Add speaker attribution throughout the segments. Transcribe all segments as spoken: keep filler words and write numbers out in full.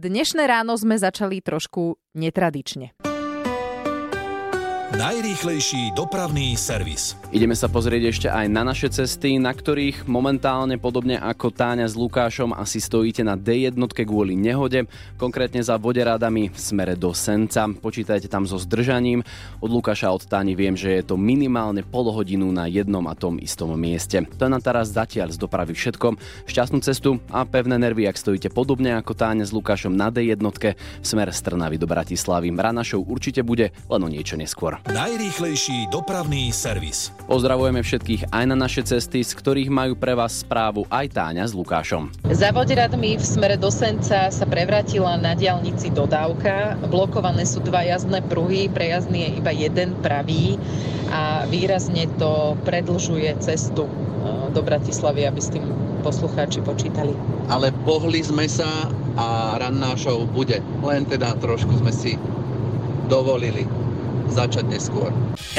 Speaker 1: Dnešné ráno sme začali trošku netradične.
Speaker 2: Najrýchlejší dopravný servis.
Speaker 3: Ideme sa pozrieť ešte aj na naše cesty, na ktorých momentálne podobne ako Táňa s Lukášom asi stojíte na dé jedna kvôli nehode, konkrétne za Voderádami v smere do Senca. Počítajte tam so zdržaním. Od Lukáša a od Táni viem, že je to minimálne pol hodinu na jednom a tom istom mieste. To je na teraz zatiaľ z dopravy všetko. Šťastnú cestu a pevné nervy, ak stojíte podobne ako Táňa s Lukášom na dé jedna, smer z Trnavy do Bratislavy. Rána show určite bude, len o niečo neskôr.
Speaker 2: Najrýchlejší dopravný servis.
Speaker 3: Pozdravujeme všetkých aj na naše cesty, z ktorých majú pre vás správu aj Táňa s Lukášom.
Speaker 4: Za Voderádmi v smere do Senca sa prevrátila na diaľnici dodávka. Blokované sú dva jazdné pruhy, prejazdný je iba jeden pravý a výrazne to predĺžuje cestu do Bratislavy, aby s tým poslucháči počítali.
Speaker 5: Ale pohli sme sa a ranná show bude. Len teda trošku sme si dovolili začať neskôr.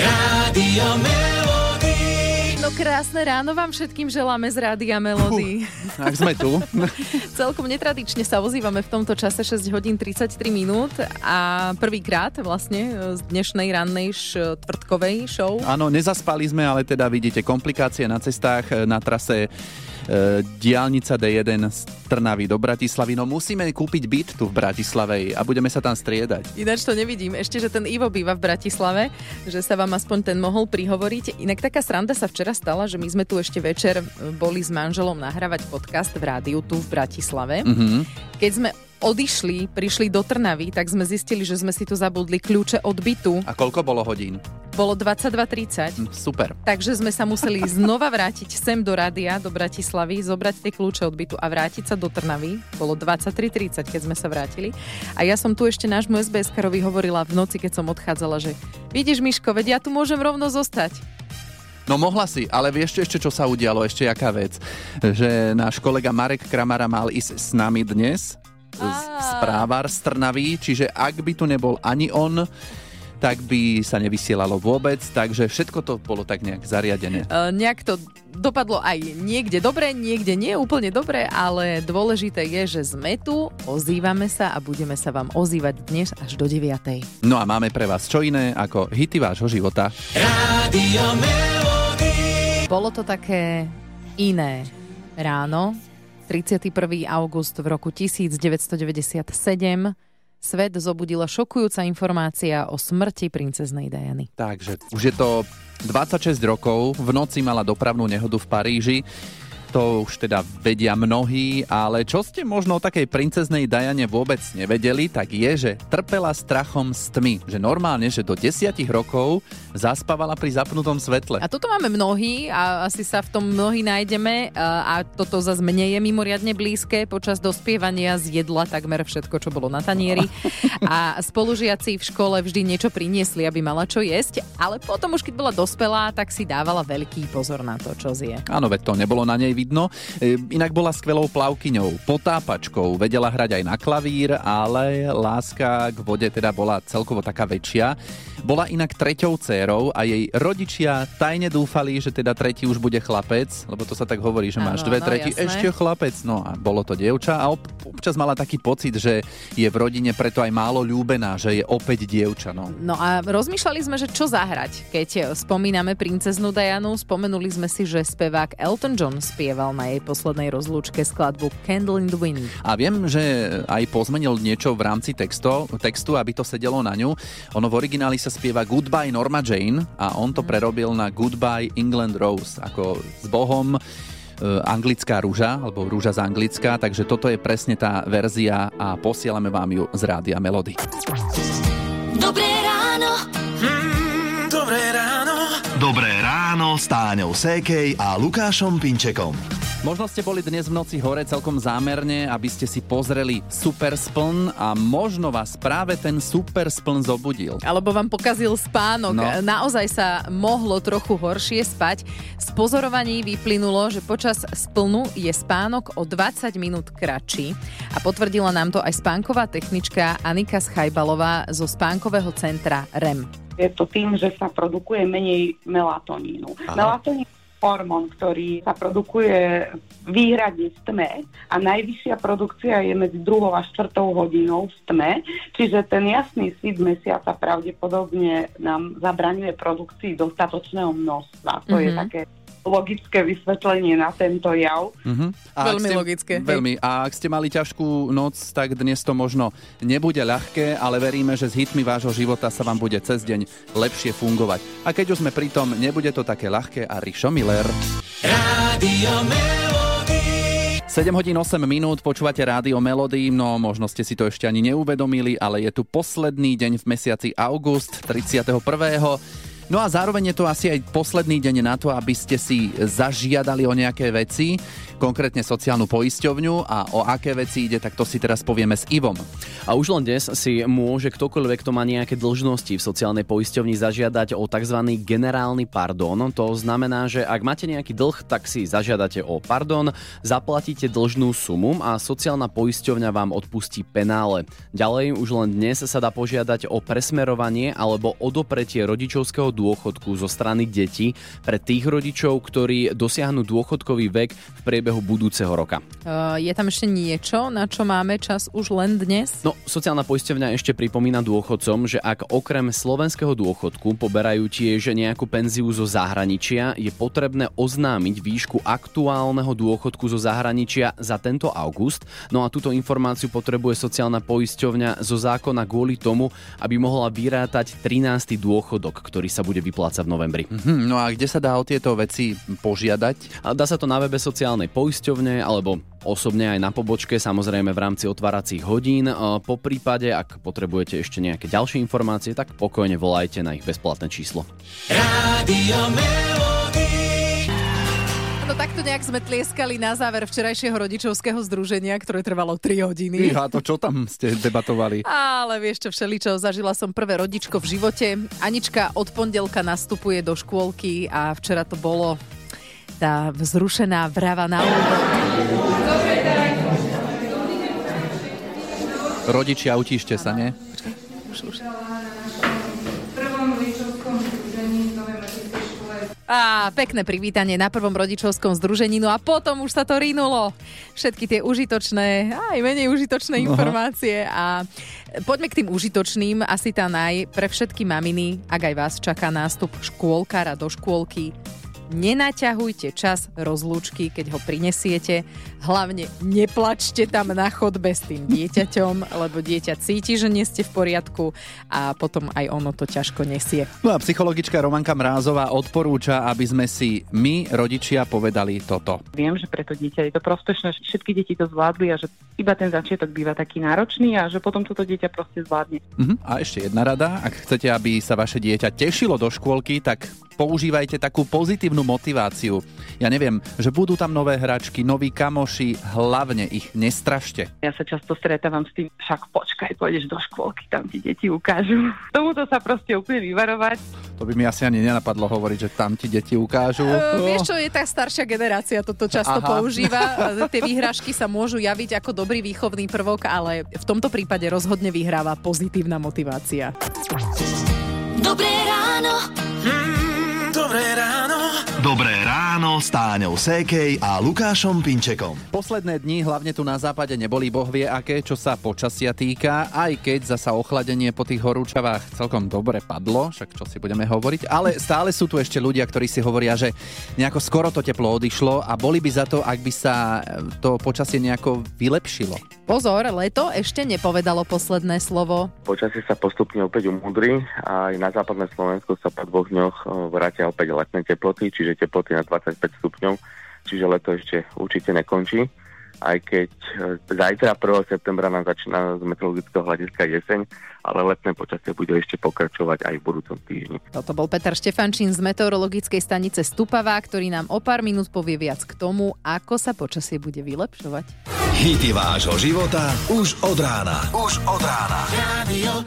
Speaker 2: Rádio Melody.
Speaker 1: No krásne ráno vám všetkým želáme z Rádia Melody.
Speaker 3: Ak sme tu.
Speaker 1: Celkom netradične sa ozývame v tomto čase šesť hodín tridsaťtri minút a prvýkrát vlastne z dnešnej rannej štvrtkovej show.
Speaker 6: Áno, nezaspali sme, ale teda vidíte komplikácie na cestách na trase e, diaľnica dé jeden z Trnavy do Bratislavy. No musíme kúpiť byt tu v Bratislave a budeme sa tam striedať.
Speaker 1: Ináč to nevidím. Ešte, že ten Ivo býva v Bratislave, že sa vám aspoň ten mohol prihovoriť. Inak taká sranda sa včera stala, že my sme tu ešte večer boli s manželom nahrávať podcast v rádiu tu v Bratislave. Mm-hmm. Keď sme odišli, prišli do Trnavy, tak sme zistili, že sme si tu zabudli kľúče od bytu.
Speaker 6: A koľko bolo hodín?
Speaker 1: Bolo dvadsaťdva tridsať.
Speaker 6: Mm, super.
Speaker 1: Takže sme sa museli znova vrátiť sem do rádia, do Bratislavy, zobrať tie kľúče od bytu a vrátiť sa do Trnavy. Bolo dvadsaťtri tridsať, keď sme sa vrátili. A ja som tu ešte nášmu es bé es karovi hovorila v noci, keď som odchádzala, že vidíš, Miško, veď ja tu môžem rovno zostať.
Speaker 6: No mohla si, ale vieš ešte, čo sa udialo, ešte jaká vec? Že náš kolega Marek Kramara mal ísť s nami dnes, správar z Trnavy, čiže ak by tu nebol ani on, tak by sa nevysielalo vôbec, takže všetko to bolo tak nejak zariadené.
Speaker 1: Uh, nejak to dopadlo aj niekde dobre, niekde nie úplne dobre, ale dôležité je, že sme tu, ozývame sa a budeme sa vám ozývať dnes až do deviatej.
Speaker 6: No a máme pre vás čo iné ako hity vášho života.
Speaker 2: Rádio Melody.
Speaker 1: Bolo to také iné ráno. tridsiateho prvého augusta v roku devätnásťstodeväťdesiatsedem svet zobudila šokujúca informácia o smrti princeznej Diany.
Speaker 6: Takže už je to dvadsaťšesť rokov, v noci mala dopravnú nehodu v Paríži. To už teda vedia mnohí, ale čo ste možno o takej princeznej Diane vôbec nevedeli, tak je, že trpela strachom z tmy. Že normálne, že do desiatich rokov zaspávala pri zapnutom svetle.
Speaker 1: A toto máme mnohí a asi sa v tom mnohí nájdeme a toto zase mne je mimoriadne blízke. Počas dospievania zjedla takmer všetko, čo bolo na tanieri a spolužiaci v škole vždy niečo priniesli, aby mala čo jesť, ale potom už keď bola dospelá, tak si dávala veľký pozor na to, čo zje.
Speaker 6: Áno, veď to nebolo na nej vidno. Inak bola skvelou plavkyňou, potápačkou, vedela hrať aj na klavír, ale láska k vode teda bola celkovo taká väčšia. Bola inak treťou dcérou a jej rodičia tajne dúfali, že teda tretí už bude chlapec, lebo to sa tak hovorí, že máš
Speaker 1: ano,
Speaker 6: dve
Speaker 1: no,
Speaker 6: tretí,
Speaker 1: jasné.
Speaker 6: Ešte chlapec. No a bolo to dievča a ob, občas mala taký pocit, že je v rodine preto aj málo ľúbená, že je opäť dievča. No,
Speaker 1: no a rozmýšľali sme, že čo zahrať. Keď spomíname princeznú Dianu, spomenuli sme si, že spevák Elton John spieval na jej poslednej rozlúčke skladbu Candle in the Wind.
Speaker 6: A viem, že aj pozmenil niečo v rámci textu, textu, aby to sedelo na ňu. Ono v origináli sa spieva Goodbye Norma Jane a on to prerobil na Goodbye England Rose, ako s Bohom, e, anglická rúža, alebo rúža z Anglicka, takže toto je presne tá verzia a posielame vám ju z Rádia Melody.
Speaker 7: Dobré ráno.
Speaker 2: Mm, dobré ráno.
Speaker 8: Dobré ráno s Táňou Sékej a Lukášom Pinčekom.
Speaker 6: Možno ste boli dnes v noci hore celkom zámerne, aby ste si pozreli super spln a možno vás práve ten super spln zobudil.
Speaker 1: Alebo vám pokazil spánok.
Speaker 6: No.
Speaker 1: Naozaj sa mohlo trochu horšie spať. Z pozorovaní vyplynulo, že počas splnu je spánok o dvadsať minút kratší. A potvrdila nám to aj spánková technička Anika Schajbalová zo spánkového centra er é em.
Speaker 9: Je to tým, že sa produkuje menej melatonínu.
Speaker 6: Aha.
Speaker 9: Melatonín hormón, ktorý sa produkuje výhradne v tme a najvyššia produkcia je medzi druhou a štvrtou hodinou v tme, čiže ten jasný svit mesiaca pravdepodobne nám zabraňuje produkcii dostatočného množstva. To mm-hmm. je také logické vysvetlenie na tento jav.
Speaker 6: Uh-huh.
Speaker 1: Veľmi
Speaker 6: ste,
Speaker 1: logické.
Speaker 6: Veľmi. A ak ste mali ťažkú noc, tak dnes to možno nebude ľahké, ale veríme, že s hitmi vášho života sa vám bude cez deň lepšie fungovať. A keď už sme pri tom, nebude to také ľahké a Rišo Miller.
Speaker 2: Rádio Melody.
Speaker 6: sedem hodín osem minút, počúvate Rádio Melody, no možno ste si to ešte ani neuvedomili, ale je tu posledný deň v mesiaci august, tridsiateho prvého No a zároveň je to asi aj posledný deň na to, aby ste si zažiadali o nejaké veci, konkrétne sociálnu poisťovňu, a o aké veci ide, tak to si teraz povieme s Ivom.
Speaker 3: A už len dnes si môže ktokoľvek, kto má nejaké dlžnosti v sociálnej poisťovni, zažiadať o tzv. Generálny pardon. To znamená, že ak máte nejaký dlh, tak si zažiadate o pardon, zaplatíte dlžnú sumu a sociálna poisťovňa vám odpustí penále. Ďalej už len dnes sa dá požiadať o presmerovanie alebo odopretie rodičovského dôchodku zo strany detí pre tých rodičov, ktorí dosiahnu dôchodkový vek v priebehu budúceho roka.
Speaker 1: Uh, je tam ešte niečo, na čo máme čas už len dnes?
Speaker 3: No, sociálna poisťovňa ešte pripomína dôchodcom, že ak okrem slovenského dôchodku poberajú tiež nejakú penziu zo zahraničia, je potrebné oznámiť výšku aktuálneho dôchodku zo zahraničia za tento august. No a túto informáciu potrebuje sociálna poisťovňa zo zákona kvôli tomu, aby mohla vyrátať trinásty dôchodok, ktorý sa bude vyplácať v novembri.
Speaker 6: Mm-hmm, no a kde sa dá o tieto veci požiadať?
Speaker 3: A dá sa to na webe sociálnej poisťovne alebo osobne aj na pobočke, samozrejme v rámci otváracích hodín. Po prípade, ak potrebujete ešte nejaké ďalšie informácie, tak pokojne volajte na ich bezplatné číslo.
Speaker 2: Rádio Melody.
Speaker 1: No takto nejak sme tlieskali na záver včerajšieho rodičovského združenia, ktoré trvalo tri hodiny.
Speaker 6: Iha, to čo tam ste debatovali?
Speaker 1: Ale vieš čo, všeličo, zažila som prvé rodičko v živote. Anička od pondelka nastupuje do škôlky a včera to bolo tá vzrušená vrava na úvod.
Speaker 6: Rodičia, utíšte sa, nie?
Speaker 1: Počkaj, už, už. Á, pekné privítanie na prvom rodičovskom združení, no a potom už sa to rinulo. Všetky tie užitočné, aj menej užitočné informácie. A poďme k tým užitočným, asi tá naj pre všetky maminy, ak aj vás čaká nástup škôlkara do škôlky. Nenaťahujte čas rozlúčky, keď ho prinesiete. Hlavne neplačte tam na chodbe s tým dieťaťom, lebo dieťa cíti, že nie ste v poriadku a potom aj ono to ťažko nesie.
Speaker 6: No a psychologička Romanka Mrázová odporúča, aby sme si my, rodičia, povedali toto.
Speaker 9: Viem, že pre to dieťa je to prospešné, že všetky deti to zvládli a že iba ten začiatok býva taký náročný a že potom toto dieťa proste zvládne.
Speaker 6: Uh-huh. A ešte jedna rada, ak chcete, aby sa vaše dieťa tešilo do škôlky, tak používajte takú pozitívnu motiváciu. Ja neviem, že budú tam nové hračky, noví kamoši, hlavne ich nestrašte.
Speaker 9: Ja sa často stretávam s tým, však počkaj, pôjdeš do škôlky, tam ti deti ukážu. Tomuto sa proste úplne vyvarovať.
Speaker 6: To by mi asi ani nenapadlo hovoriť, že tam ti deti ukážu.
Speaker 1: Uh, vieš čo, je tá staršia generácia, toto často Aha. používa. Tie výhražky sa môžu javiť ako dobrý výchovný prvok, ale v tomto prípade rozhodne vyhráva pozitívna motivácia.
Speaker 7: Dobré ráno.
Speaker 2: Dobré ráno.
Speaker 8: Dobré ráno s Táňou Sékej a Lukášom Pinčekom.
Speaker 6: Posledné dni, hlavne tu na západe, neboli boh vie aké, čo sa počasia týka, aj keď zasa ochladenie po tých horúčavách celkom dobre padlo, však čo si budeme hovoriť, ale stále sú tu ešte ľudia, ktorí si hovoria, že nejako skoro to teplo odišlo a boli by za to, ak by sa to počasie nejako vylepšilo.
Speaker 1: Pozor, leto ešte nepovedalo posledné slovo.
Speaker 10: Počasie sa postupne opäť umudrí a aj na západné Slovensku sa po dvoch dňoch vrátia opäť letné teploty, čiže teploty na dvadsaťpäť stupňov, čiže leto ešte určite nekončí. Aj keď zajtra prvého septembra nám začína z meteorologického hľadiska jeseň, ale letné počasie bude ešte pokračovať aj v budúcom týždni.
Speaker 1: Toto bol Peter Štefančín z meteorologickej stanice Stupavá, ktorý nám o pár minút povie viac k tomu, ako sa počasie bude vylepšovať.
Speaker 2: Hity vášho života už od rána. Už od rána. Rádio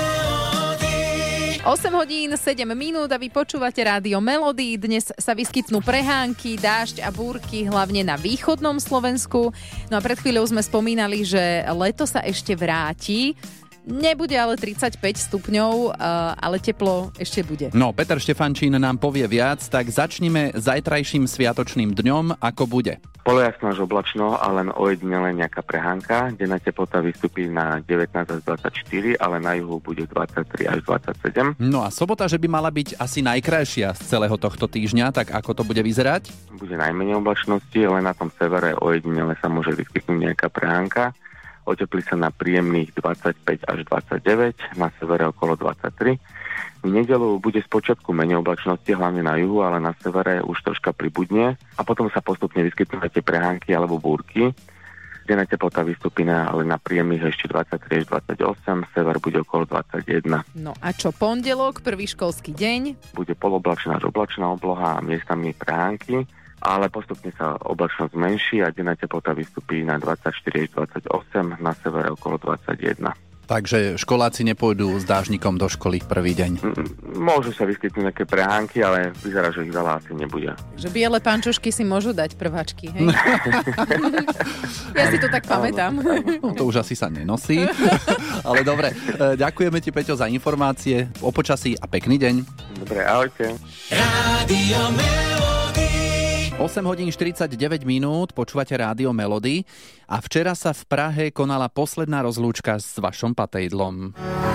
Speaker 1: osem hodín, sedem minút a vy počúvate Rádio Melody. Dnes sa vyskytnú prehánky, dážď a búrky, hlavne na východnom Slovensku. No a pred chvíľou sme spomínali, že leto sa ešte vráti. Nebude ale tridsaťpäť stupňov, ale teplo ešte bude.
Speaker 6: No, Peter Štefančín nám povie viac, tak začnime zajtrajším sviatočným dňom, ako bude.
Speaker 10: Polojasno až oblačno a len ojedinele nejaká prehánka. Denná teplota vystupí na devätnásť až dvadsaťštyri, ale na juhu bude dvadsaťtri až dvadsaťsedem.
Speaker 6: No a sobota, že by mala byť asi najkrajšia z celého tohto týždňa, tak ako to bude vyzerať?
Speaker 10: Bude najmenej oblačnosti, len na tom severe ojedinele sa môže vyskytnúť nejaká prehánka. Oteplí sa na príjemných dvadsaťpäť až dvadsaťdeväť, na severe okolo dvadsaťtri. V nedeľu bude spočiatku menej oblačnosti, hlavne na juhu, ale na severe už troška pribudne a potom sa postupne vyskytnú tie prehánky alebo búrky. Denná teplota vystupí na, ale na príjemných ešte dvadsaťtri až dvadsaťosem, sever bude okolo dvadsaťjeden.
Speaker 1: No a čo pondelok, prvý školský deň?
Speaker 10: Bude poloblačná až oblačná obloha a miestami prehánky, ale postupne sa oblačnosť zmenší a denná teplota vystupí na dvadsaťštyri až dvadsaťosem, na severe okolo dvadsaťjeden.
Speaker 6: Takže školáci nepôjdu s dážnikom do školy v prvý deň.
Speaker 10: Môžu sa vyskytnúť nejaké prehánky, ale vyzerá, že ich veľa asi nebude.
Speaker 1: Že biele pančušky si môžu dať prváčky, hej? Ja si to tak pamätám.
Speaker 6: No, to už asi sa nenosí. Ale dobre, ďakujeme ti, Peťo, za informácie o počasí a pekný deň.
Speaker 10: Dobre, ahojte.
Speaker 2: Rádio Melody.
Speaker 6: osem hodín štyridsaťdeväť minút, počúvate Rádio Melody a včera sa v Prahe konala posledná rozlúčka s Vašom Patejdlom.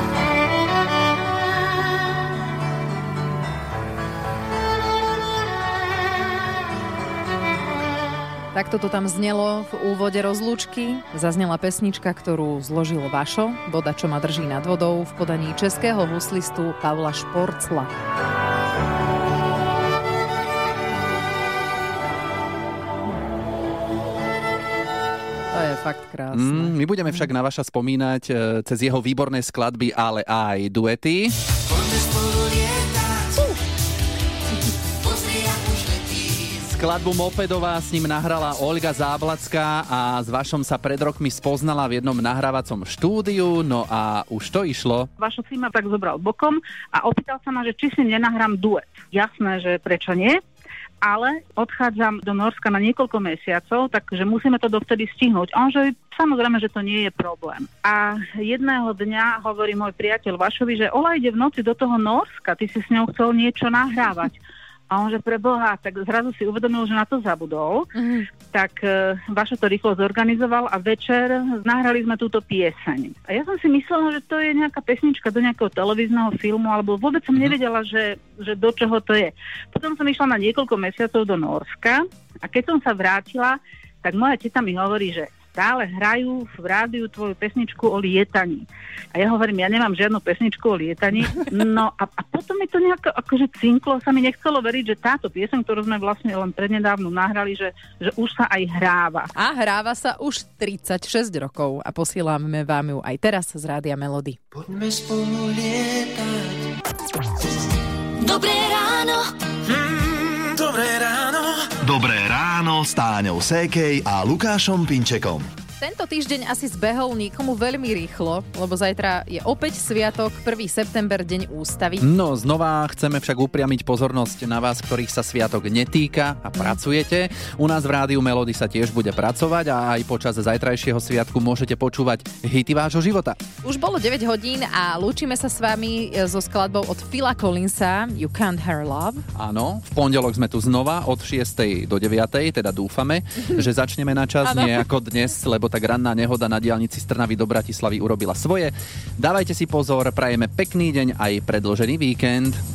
Speaker 1: Takto to tam znelo v úvode rozlúčky. Zaznela pesnička, ktorú zložil Vašo, Voda, čo ma drží nad vodou, v podaní českého huslistu Pavla Šporcla. To je fakt krásne.
Speaker 6: Mm, my budeme však na Vaša spomínať e, cez jeho výborné skladby, ale aj duety. Skladbu Mopedová s ním nahrala Olga Záblacká a s Vašom sa pred rokmi spoznala v jednom nahrávacom štúdiu, no a už to išlo.
Speaker 11: Vašo si ma tak zobral bokom a opýtal sa ma, že či si nenahrám duet. Jasné, že prečo nie? Ale odchádzam do Norska na niekoľko mesiacov, takže musíme to dovtedy stihnúť. On, že samozrejme, že to nie je problém. A jedného dňa hovorí môj priateľ Vašovi, že Ola ide v noci do toho Norska, ty si s ňou chcel niečo nahrávať. A on, že pre Boha, tak zrazu si uvedomil, že na to zabudol. Mm. Tak e, Vašo to rýchlo zorganizoval a večer nahrali sme túto pieseň. A ja som si myslela, že to je nejaká pesnička do nejakého televízneho filmu, alebo vôbec som nevedela, že, že do čoho to je. Potom som išla na niekoľko mesiacov do Norska a keď som sa vrátila, tak moja teta mi hovorí, že stále hrajú v rádiu tvoju pesničku o lietaní. A ja hovorím, ja nemám žiadnu pesničku o lietaní. No a, a potom mi to nejako akože cinklo, sa mi nechcelo veriť, že táto pieseň, ktorú sme vlastne len prednedávno nahrali, že, že už sa aj hráva.
Speaker 1: A hráva sa už tridsaťšesť rokov a posielame vám ju aj teraz z Rádia Melody.
Speaker 2: Poďme spolu lietať.
Speaker 7: Dobré ráno.
Speaker 2: Mm, dobré ráno.
Speaker 8: Dobré ráno s Táňou Sékej a Lukášom Pinčekom.
Speaker 1: Tento týždeň asi zbehol niekomu veľmi rýchlo, lebo zajtra je opäť sviatok, prvý september, deň ústavy.
Speaker 6: No, znova chceme však upriamiť pozornosť na vás, ktorých sa sviatok netýka a pracujete. U nás v Rádiu Melody sa tiež bude pracovať a aj počas zajtrajšieho sviatku môžete počúvať hity vášho života.
Speaker 1: Už bolo deväť hodín a lúčime sa s vami so skladbou od Phila Collinsa You Can't Hurry Love.
Speaker 6: Áno, v pondelok sme tu znova od šiestej do deviatej, teda dúfame, že začneme na čas, nie ako dnes, lebo tak ranná nehoda na diaľnici z Trnavy do Bratislavy urobila svoje. Dávajte si pozor, prajeme pekný deň aj predĺžený víkend.